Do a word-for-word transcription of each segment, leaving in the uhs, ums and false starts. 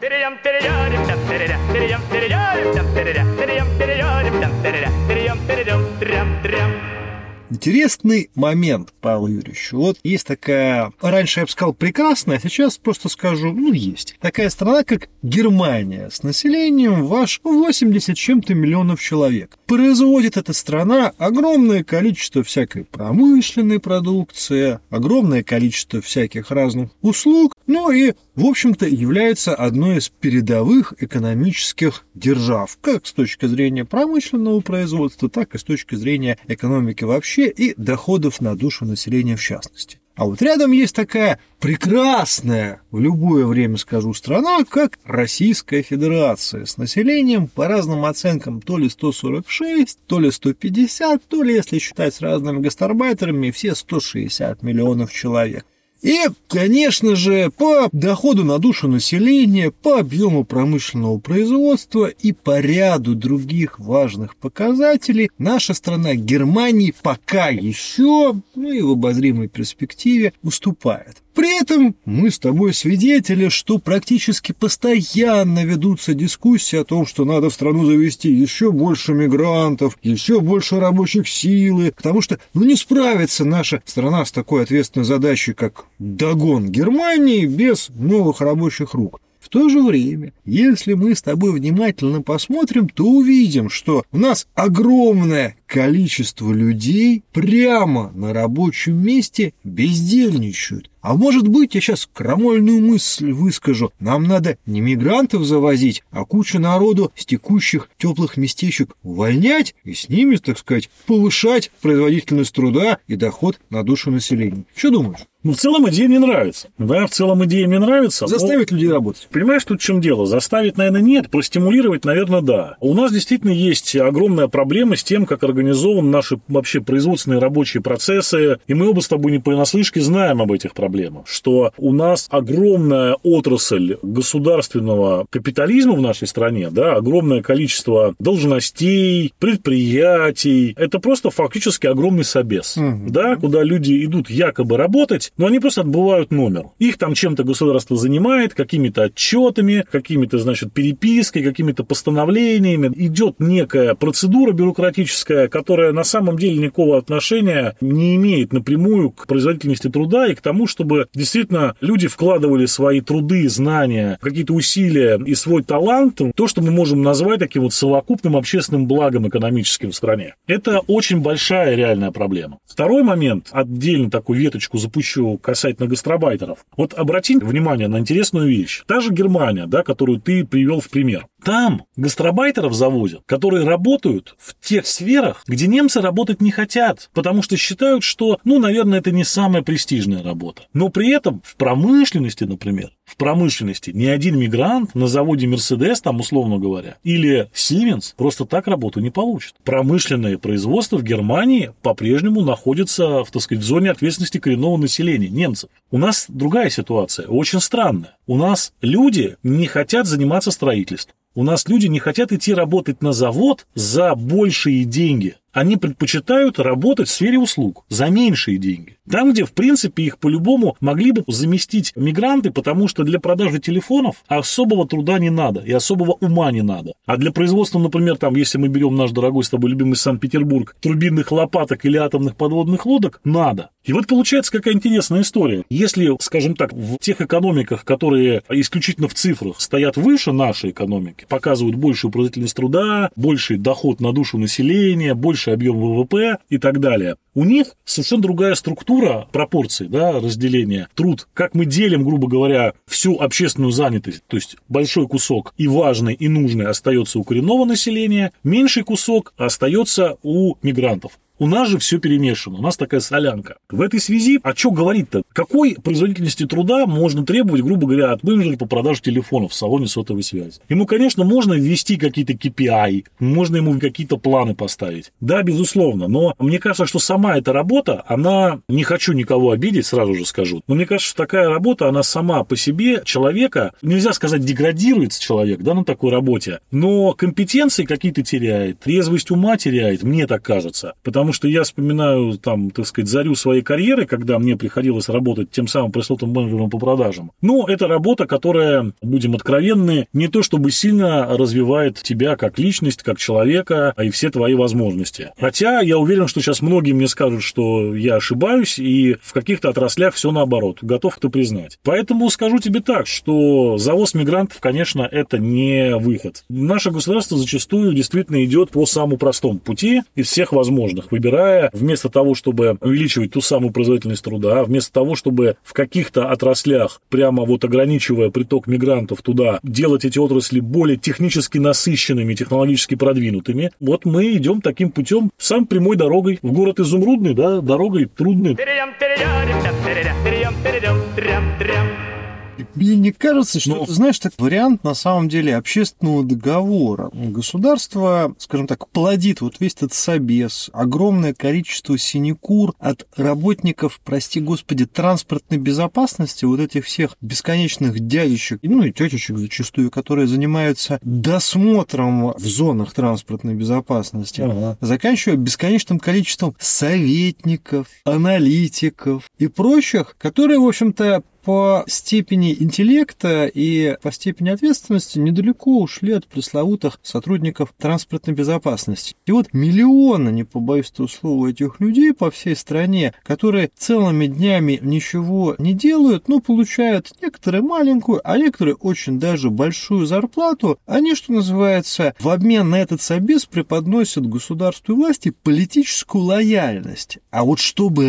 Интересный момент, Павел Юрьевич. Вот есть такая, раньше я бы сказал прекрасная, а сейчас просто скажу, ну, есть. Такая страна, как Германия, с населением ваш восемьдесят с чем-то миллионов человек. Производит эта страна огромное количество всякой промышленной продукции, огромное количество всяких разных услуг, ну и, в общем-то, является одной из передовых экономических держав, как с точки зрения промышленного производства, так и с точки зрения экономики вообще и доходов на душу населения в частности. А вот рядом есть такая прекрасная, в любое время скажу, страна, как Российская Федерация, с населением, по разным оценкам, то ли сто сорок шесть, то ли сто пятьдесят, то ли, если считать с разными гастарбайтерами, все сто шестьдесят миллионов человек. И, конечно же, по доходу на душу населения, по объему промышленного производства и по ряду других важных показателей наша страна Германии пока еще, ну и в обозримой перспективе, уступает. При этом мы с тобой свидетели, что практически постоянно ведутся дискуссии о том, что надо в страну завести еще больше мигрантов, еще больше рабочих силы, потому что ну, не справится наша страна с такой ответственной задачей, как догон Германии без новых рабочих рук. В то же время, если мы с тобой внимательно посмотрим, то увидим, что у нас огромное количество людей прямо на рабочем месте бездельничают. А может быть, я сейчас крамольную мысль выскажу, нам надо не мигрантов завозить, а кучу народу с текущих теплых местечек увольнять и с ними, так сказать, повышать производительность труда и доход на душу населения. Что думаешь? Ну, в целом идея мне нравится. Да, в целом идея мне нравится. Заставить но... людей работать. Понимаешь, тут в чем дело? Заставить, наверное, нет, простимулировать, наверное, да. У нас действительно есть огромная проблема с тем, как организованы наши вообще производственные рабочие процессы, и мы оба с тобой не понаслышке знаем об этих проблемах, что у нас огромная отрасль государственного капитализма в нашей стране, да, огромное количество должностей, предприятий. Это просто фактически огромный собес, угу. да, куда люди идут якобы работать, но они просто отбывают номер. Их там чем-то государство занимает, какими-то отчетами, какими-то, значит, перепиской, какими-то постановлениями. Идет некая процедура бюрократическая, которая на самом деле никакого отношения не имеет напрямую к производительности труда и к тому, чтобы действительно люди вкладывали свои труды, знания, какие-то усилия и свой талант в то, что мы можем назвать таким вот совокупным общественным благом экономическим в стране. Это очень большая реальная проблема. Второй момент, отдельно такую веточку запущу касательно гастарбайтеров. Вот обрати внимание на интересную вещь. Та же Германия, да, которую ты привел в пример. Там гастарбайтеров завозят, которые работают в тех сферах, где немцы работать не хотят, потому что считают, что, ну, наверное, это не самая престижная работа. Но при этом в промышленности, например, в промышленности ни один мигрант на заводе Mercedes, там, условно говоря, или Siemens просто так работу не получит. Промышленное производство в Германии по-прежнему находится, в, так сказать, в зоне ответственности коренного населения, немцев. У нас другая ситуация, очень странная. У нас люди не хотят заниматься строительством. У нас люди не хотят идти работать на завод за большие деньги. Они предпочитают работать в сфере услуг за меньшие деньги. Там, где, в принципе, их по-любому могли бы заместить мигранты, потому что для продажи телефонов особого труда не надо и особого ума не надо. А для производства, например, там, если мы берем наш дорогой с тобой любимый Санкт-Петербург, турбинных лопаток или атомных подводных лодок, надо. И вот получается какая интересная история. Если, скажем так, в тех экономиках, которые исключительно в цифрах стоят выше нашей экономики, показывают большую производительность труда, больший доход на душу населения, больше объем ВВП и так далее. У них совершенно другая структура пропорций, да, разделения. Труд, как мы делим, грубо говоря, всю общественную занятость, то есть большой кусок и важный, и нужный остается у коренного населения, меньший кусок остается у мигрантов. У нас же все перемешано, у нас такая солянка. В этой связи, а что говорить-то? Какой производительности труда можно требовать, грубо говоря, от менеджера по продаже телефонов в салоне сотовой связи? Ему, конечно, можно ввести какие-то кей пи ай, можно ему какие-то планы поставить. Да, безусловно, но мне кажется, что сама эта работа, она, не хочу никого обидеть, сразу же скажу, но мне кажется, что такая работа, она сама по себе человека, нельзя сказать, деградируется человек, да, на такой работе, но компетенции какие-то теряет, трезвость ума теряет, мне так кажется, потому Потому что я вспоминаю, там, так сказать, зарю своей карьеры, когда мне приходилось работать тем самым пресловутым менеджером по продажам. Но это работа, которая, будем откровенны, не то чтобы сильно развивает тебя как личность, как человека, а и все твои возможности. Хотя я уверен, что сейчас многие мне скажут, что я ошибаюсь, и в каких-то отраслях все наоборот. Готов это признать. Поэтому скажу тебе так, что завоз мигрантов, конечно, это не выход. Наше государство зачастую действительно идет по самому простому пути из всех возможных, выбирая вместо того, чтобы увеличивать ту самую производительность труда, вместо того, чтобы в каких-то отраслях, прямо вот ограничивая приток мигрантов туда, делать эти отрасли более технически насыщенными, технологически продвинутыми, вот мы идем таким путем, самой прямой дорогой в город Изумрудный, да, дорогой трудной. Мне не кажется, что, Но... ты знаешь, так вариант на самом деле общественного договора. Государство, скажем так, плодит вот весь этот собес, огромное количество синекур от работников, прости господи, транспортной безопасности, вот этих всех бесконечных дядечек, ну и тетечек зачастую, которые занимаются досмотром в зонах транспортной безопасности, ага. заканчивая бесконечным количеством советников, аналитиков и прочих, которые, в общем-то, по степени интеллекта и по степени ответственности недалеко ушли от пресловутых сотрудников транспортной безопасности. И вот миллионы, не побоюсь этого слова, этих людей по всей стране, которые целыми днями ничего не делают, но получают некоторые маленькую, а некоторые очень даже большую зарплату, они, что называется, в обмен на этот собес преподносят государству и власти политическую лояльность. А вот чтобы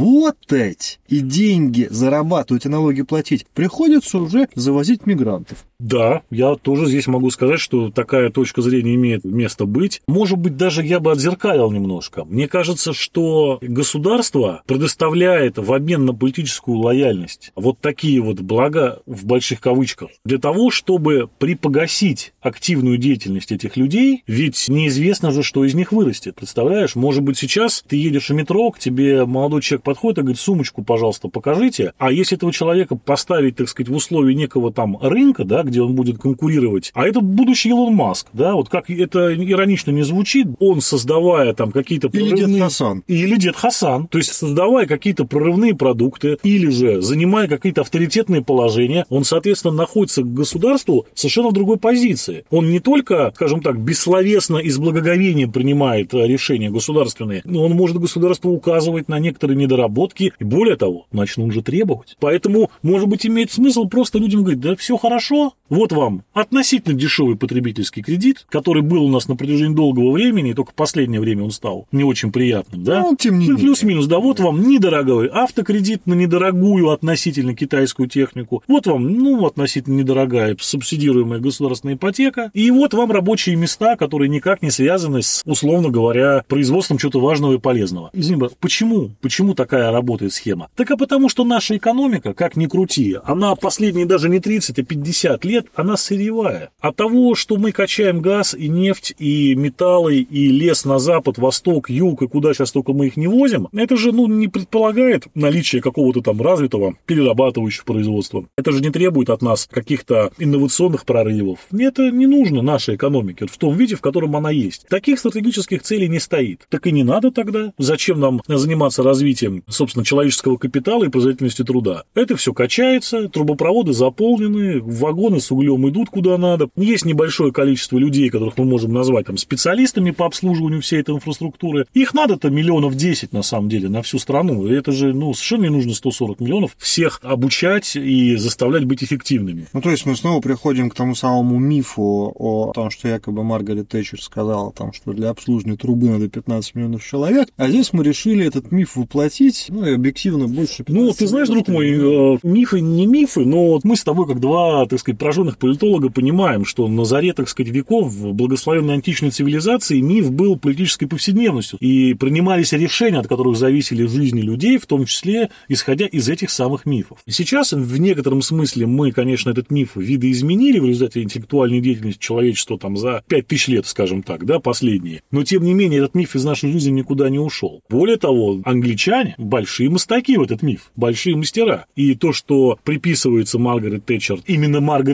работать и деньги зарабатывать и налоги платить, приходится уже завозить мигрантов. Да, я тоже здесь могу сказать, что такая точка зрения имеет место быть. Может быть, даже я бы отзеркалил немножко. Мне кажется, что государство предоставляет в обмен на политическую лояльность вот такие вот блага в больших кавычках для того, чтобы припогасить активную деятельность этих людей, ведь неизвестно же, что из них вырастет. Представляешь, может быть, сейчас ты едешь в метро, к тебе молодой человек подходит и говорит: сумочку, пожалуйста, покажите. А если этого человека поставить, так сказать, в условии некого там рынка, да, где он будет конкурировать, а это будущий Илон Маск, да, вот как это иронично не звучит, он, создавая там какие-то прорывные... Или Дед Хасан. Или Дед Хасан, то есть создавая какие-то прорывные продукты, или же занимая какие-то авторитетные положения, он, соответственно, находится к государству совершенно в другой позиции. Он не только, скажем так, бессловесно и с благоговением принимает решения государственные, но он может государству указывать на некоторые недоработки, и более того, начнут же требовать. Поэтому, может быть, имеет смысл просто людям говорить: да все хорошо, вот вам относительно дешевый потребительский кредит, который был у нас на протяжении долгого времени, и только в последнее время он стал не очень приятным, да? Ну, тем не менее. Плюс-минус, да, вот вам недорогой автокредит на недорогую относительно китайскую технику, вот вам, ну, относительно недорогая субсидируемая государственная ипотека, и вот вам рабочие места, которые никак не связаны с, условно говоря, производством чего-то важного и полезного. Извини, почему? Почему такая работает схема? Так а потому, что наша экономика, как ни крути, она последние даже не тридцать, а пятьдесят лет, она сырьевая. От того, что мы качаем газ и нефть, и металлы, и лес на запад, восток, юг, и куда сейчас только мы их не возим, это же, ну, не предполагает наличие какого-то там развитого перерабатывающего производства. Это же не требует от нас каких-то инновационных прорывов. Это не нужно нашей экономике в том виде, в котором она есть. Таких стратегических целей не стоит. Так и не надо тогда. Зачем нам заниматься развитием, собственно, человеческого капитала и производительности труда? Это все качается, трубопроводы заполнены, вагоны с углем идут куда надо. Есть небольшое количество людей, которых мы можем назвать там специалистами по обслуживанию всей этой инфраструктуры. Их надо-то миллионов десять, на самом деле, на всю страну. И это же, ну, совершенно не нужно сто сорок миллионов всех обучать и заставлять быть эффективными. Ну, то есть мы снова приходим к тому самому мифу о том, что якобы Маргарет Тэтчер сказала, там, что для обслуживания трубы надо пятнадцать миллионов человек, а здесь мы решили этот миф воплотить, ну, и объективно больше пятнадцать. Ну, ты знаешь, друг мой, э, мифы не мифы, но вот мы с тобой, как два, так сказать, прожженных политолога, понимаем, что на заре, так сказать, веков в благословенной античной цивилизации миф был политической повседневностью, и принимались решения, от которых зависели жизни людей, в том числе исходя из этих самых мифов. И сейчас в некотором смысле мы, конечно, этот миф видоизменили в результате интеллектуальной деятельности человечества там за пять тысяч лет, скажем так, да, последние. Но, тем не менее, этот миф из нашей жизни никуда не ушел. Более того, англичане большие мастаки в этот миф, большие мастера. И то, что приписывается Маргарет Тэтчер, именно Маргарет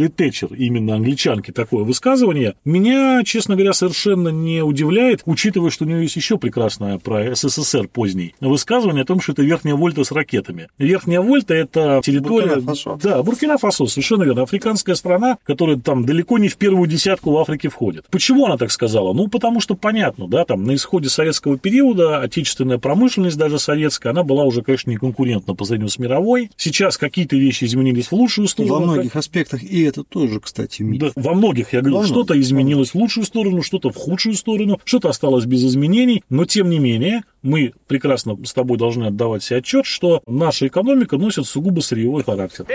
Маргарет Тэтчер, именно англичанки, такое высказывание, меня, честно говоря, совершенно не удивляет, учитывая, что у нее есть еще прекрасное про СССР поздний высказывание о том, что это Верхняя Вольта с ракетами. Верхняя Вольта – это территория... Буркина-Фасо. Да, Буркина-Фасо, совершенно верно. Африканская страна, которая там далеко не в первую десятку в Африке входит. Почему она так сказала? Ну, потому что понятно, да, там на исходе советского периода отечественная промышленность, даже советская, она была уже, конечно, не конкурентна по сравнению с мировой. Сейчас какие-то вещи изменились в лучшую сторону. Во многих аспектах, и это тоже, кстати, миф. Да, во многих, я говорю, что-то изменилось в лучшую сторону, что-то в худшую сторону, что-то осталось без изменений, но тем не менее мы прекрасно с тобой должны отдавать себе отчет, что наша экономика носит сугубо сырьевой характер.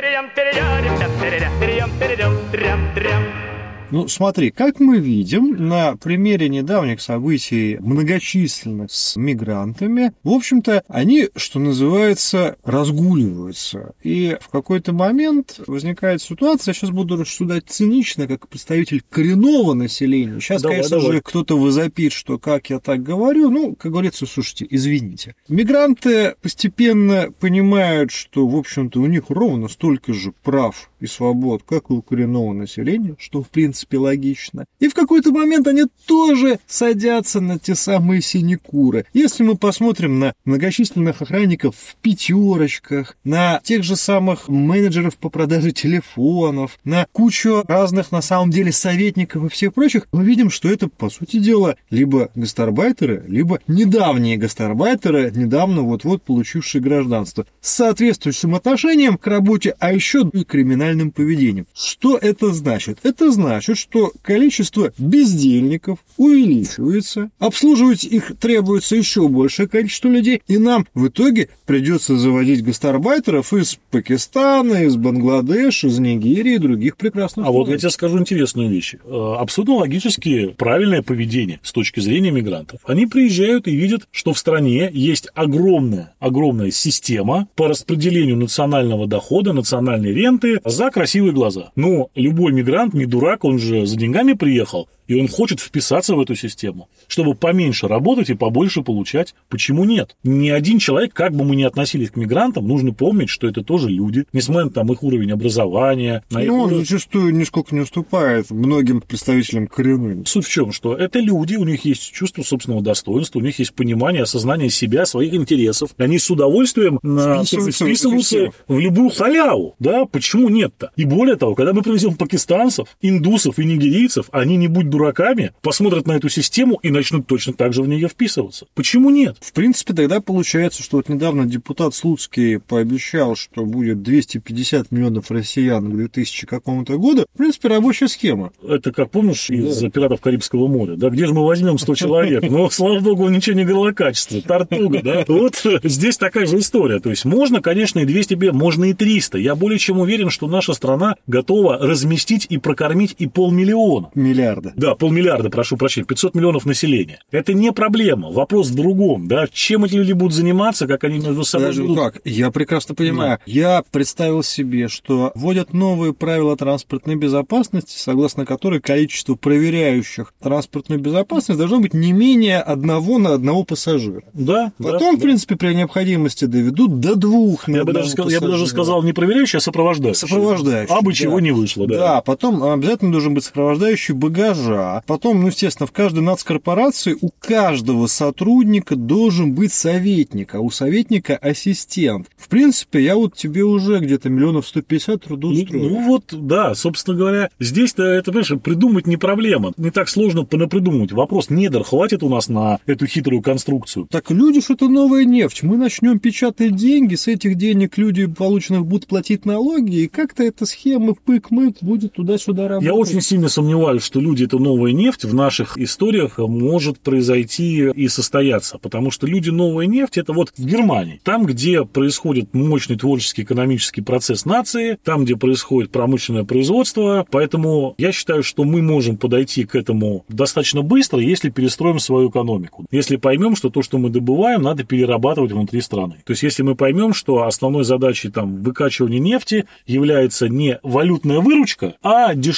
Ну, смотри, как мы видим на примере недавних событий, многочисленных с мигрантами, в общем-то, они, что называется, разгуливаются. И в какой-то момент возникает ситуация, я сейчас буду рассуждать цинично, как представитель коренного населения. Сейчас, давай, конечно давай. же, кто-то возопит, что как я так говорю. Ну, как говорится, слушайте, извините. Мигранты постепенно понимают, что, в общем-то, у них ровно столько же прав и свобод, как и у коренного населения, что, в принципе, логично. И в какой-то момент они тоже садятся на те самые синекуры. Если мы посмотрим на многочисленных охранников в пятерочках, на тех же самых менеджеров по продаже телефонов, на кучу разных, на самом деле, советников и всех прочих, мы видим, что это, по сути дела, либо гастарбайтеры, либо недавние гастарбайтеры, недавно вот-вот получившие гражданство, с соответствующим отношением к работе, а еще и криминальным поведением. Что это значит? Это значит, что количество бездельников увеличивается, обслуживать их требуется еще большее количество людей, и нам в итоге придется заводить гастарбайтеров из Пакистана, из Бангладеш, из Нигерии и других прекрасных стран. А стран. вот я тебе скажу интересную вещь. Абсолютно логически правильное поведение с точки зрения мигрантов. Они приезжают и видят, что в стране есть огромная, огромная система по распределению национального дохода, национальной ренты за красивые глаза. Но любой мигрант не дурак, он же за деньгами приехал, и он хочет вписаться в эту систему, чтобы поменьше работать и побольше получать. Почему нет? Ни один человек, как бы мы ни относились к мигрантам, нужно помнить, что это тоже люди, несмотря на там, их уровень образования. На ну, он уровень... зачастую нисколько не уступает многим представителям коренным. Суть в чем, что это люди, у них есть чувство собственного достоинства, у них есть понимание, осознание себя, своих интересов. Они с удовольствием вписываются, вписываются в любую халяву. Да? Почему нет-то? И более того, когда мы привезем пакистанцев, индусов и нигерийцев, они не будь дураками, посмотрят на эту систему и начнут точно так же в нее вписываться. Почему нет? В принципе, тогда получается, что вот недавно депутат Слуцкий пообещал, что будет двести пятьдесят миллионов россиян к две тысячи какому-то году. В принципе, рабочая схема. Это, как помнишь, из да. «Пиратов Карибского моря». Да, где же мы возьмем сто человек? Но, слава богу, ничего не говорило о качестве. Тартуга, да? Вот здесь такая же история. То есть можно, конечно, и двести, можно и триста. Я более чем уверен, что наша страна готова разместить и прокормить и полмиллиона. Миллиарда. Да, полмиллиарда, прошу прощения, пятьсот миллионов населения. Это не проблема. Вопрос в другом, да, чем эти люди будут заниматься, как они между собой Даже будут... как? Я прекрасно понимаю. Да. Я представил себе, что вводят новые правила транспортной безопасности, согласно которой количество проверяющих транспортную безопасность должно быть не менее одного на одного пассажира. Да. Потом, да, в принципе, при необходимости доведут до двух на я бы, даже, я бы даже сказал не проверяющий, а сопровождающий. Сопровождающий. А бы да. чего не вышло, да. Да, потом обязательно должен быть сопровождающий багажа. Потом, ну, естественно, в каждой нацкорпорации у каждого сотрудника должен быть советник, а у советника ассистент. В принципе, я вот тебе уже где-то миллионов сто пятьдесят трудоустрою. Ну, ну вот, да, собственно говоря, здесь-то это, понимаешь, придумать не проблема. Не так сложно понапридумывать. Вопрос недр хватит у нас на эту хитрую конструкцию. Так люди, что это новая нефть. Мы начнем печатать деньги, с этих денег люди, полученных, будут платить налоги, и как-то эта схема пык-мык будет туда-сюда работать. Я очень сильно сомневаюсь, что люди это новая нефть в наших историях может произойти и состояться, потому что люди новая нефть это вот в Германии, там, где происходит мощный творческий экономический процесс нации, там, где происходит промышленное производство, поэтому я считаю, что мы можем подойти к этому достаточно быстро, если перестроим свою экономику, если поймем, что то, что мы добываем, надо перерабатывать внутри страны. То есть, если мы поймем, что основной задачей там выкачивания нефти является не валютная выручка, а дешевый авиа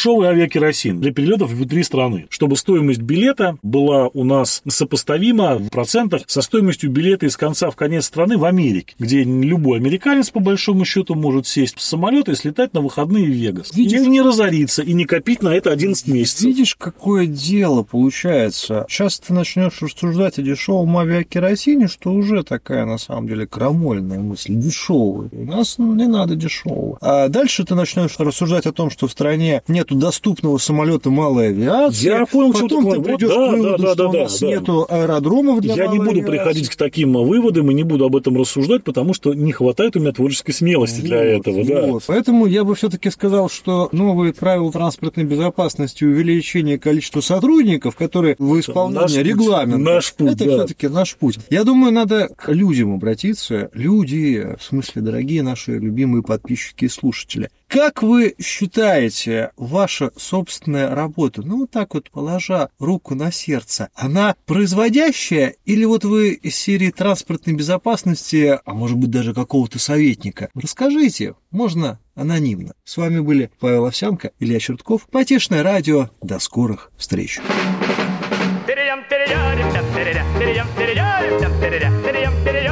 авиакеросин для перелетов внутри страны, чтобы стоимость билета была у нас сопоставима в процентах со стоимостью билета из конца в конец страны в Америке, где любой американец, по большому счету, может сесть в самолет и слетать на выходные в Вегас. Видишь? И не разориться, и не копить на это одиннадцать месяцев. Видишь, какое дело получается. Сейчас ты начнешь рассуждать о дешевом авиакеросине, что уже такая, на самом деле, крамольная мысль. Дешевый. У нас не надо дешевого. А дальше ты начнешь рассуждать о том, что в стране нету доступного самолета малой авиации. Я понял, потом что ты ты придешь да, к выводу, да, что да, у да, нас да. нету аэродромов для Я малой не буду авиации. приходить к таким выводам и не буду об этом рассуждать, потому что не хватает у меня творческой смелости Вот, для этого. Да. Вот. Поэтому я бы все-таки сказал, что новые правила транспортной безопасности и увеличение количества сотрудников, которые в исполнении Наш регламента, путь, наш путь, это да. все-таки наш путь. Я думаю, надо к людям обратиться. Люди, в смысле, дорогие наши любимые подписчики и слушатели. Как вы считаете, ваша собственная работа, ну вот так вот положа руку на сердце, она производящая или вот вы из серии транспортной безопасности, а может быть даже какого-то советника? Расскажите, можно анонимно. С вами были Павел Овсянко, Илья Чертков, Потешное радио. До скорых встреч. Перейдем, перейдем, перейдем, перейдем, перейдем, перейдем, перейдем, перейдем.